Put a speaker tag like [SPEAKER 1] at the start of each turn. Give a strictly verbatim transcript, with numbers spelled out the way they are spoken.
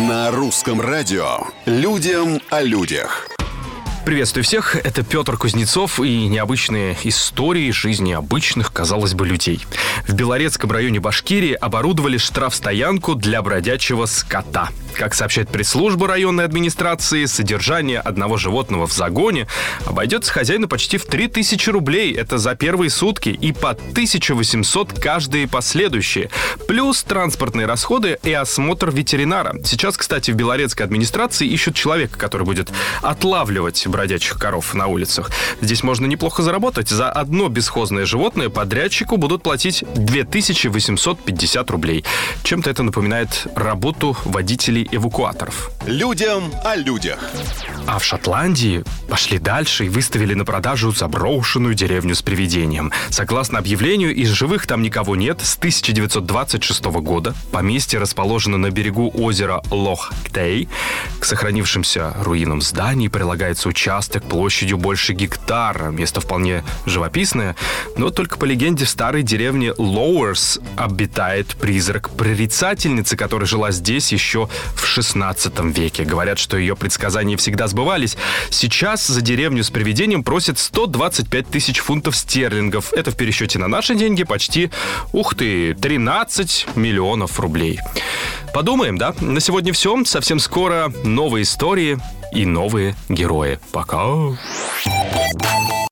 [SPEAKER 1] На русском радио «Людям о людях».
[SPEAKER 2] Приветствую всех, это Петр Кузнецов и необычные истории жизни обычных, казалось бы, людей. В Белорецком районе Башкирии оборудовали штрафстоянку для бродячего скота. Как сообщает пресс-служба районной администрации, содержание одного животного в загоне обойдется хозяину почти в три тысячи рублей. Это за первые сутки и по тысяча восемьсот каждые последующие. Плюс транспортные расходы и осмотр ветеринара. Сейчас, кстати, в Белорецкой администрации ищут человека, который будет отлавливать бродячих коров на улицах. Здесь можно неплохо заработать. За одно бесхозное животное подрядчику будут платить две тысячи восемьсот пятьдесят рублей. Чем-то это напоминает работу водителей эвакуаторов.
[SPEAKER 1] Людям о людях.
[SPEAKER 2] А в Шотландии пошли дальше и выставили на продажу заброшенную деревню с привидением. Согласно объявлению, из живых там никого нет. С тысяча девятьсот двадцать шестого года поместье расположено на берегу озера Лох-Ктей. К сохранившимся руинам зданий прилагается участок площадью больше гектара. Место вполне живописное, но только по легенде в старой деревне Лоуэрс обитает призрак прорицательницы, которая жила здесь еще в шестнадцатом веке. Говорят, что ее предсказания всегда сбывались. Сейчас за деревню с привидением просят сто двадцать пять тысяч фунтов стерлингов. Это в пересчете на наши деньги почти, ух ты, тринадцать миллионов рублей. Подумаем, да? На сегодня все. Совсем скоро новые истории и новые герои. Пока!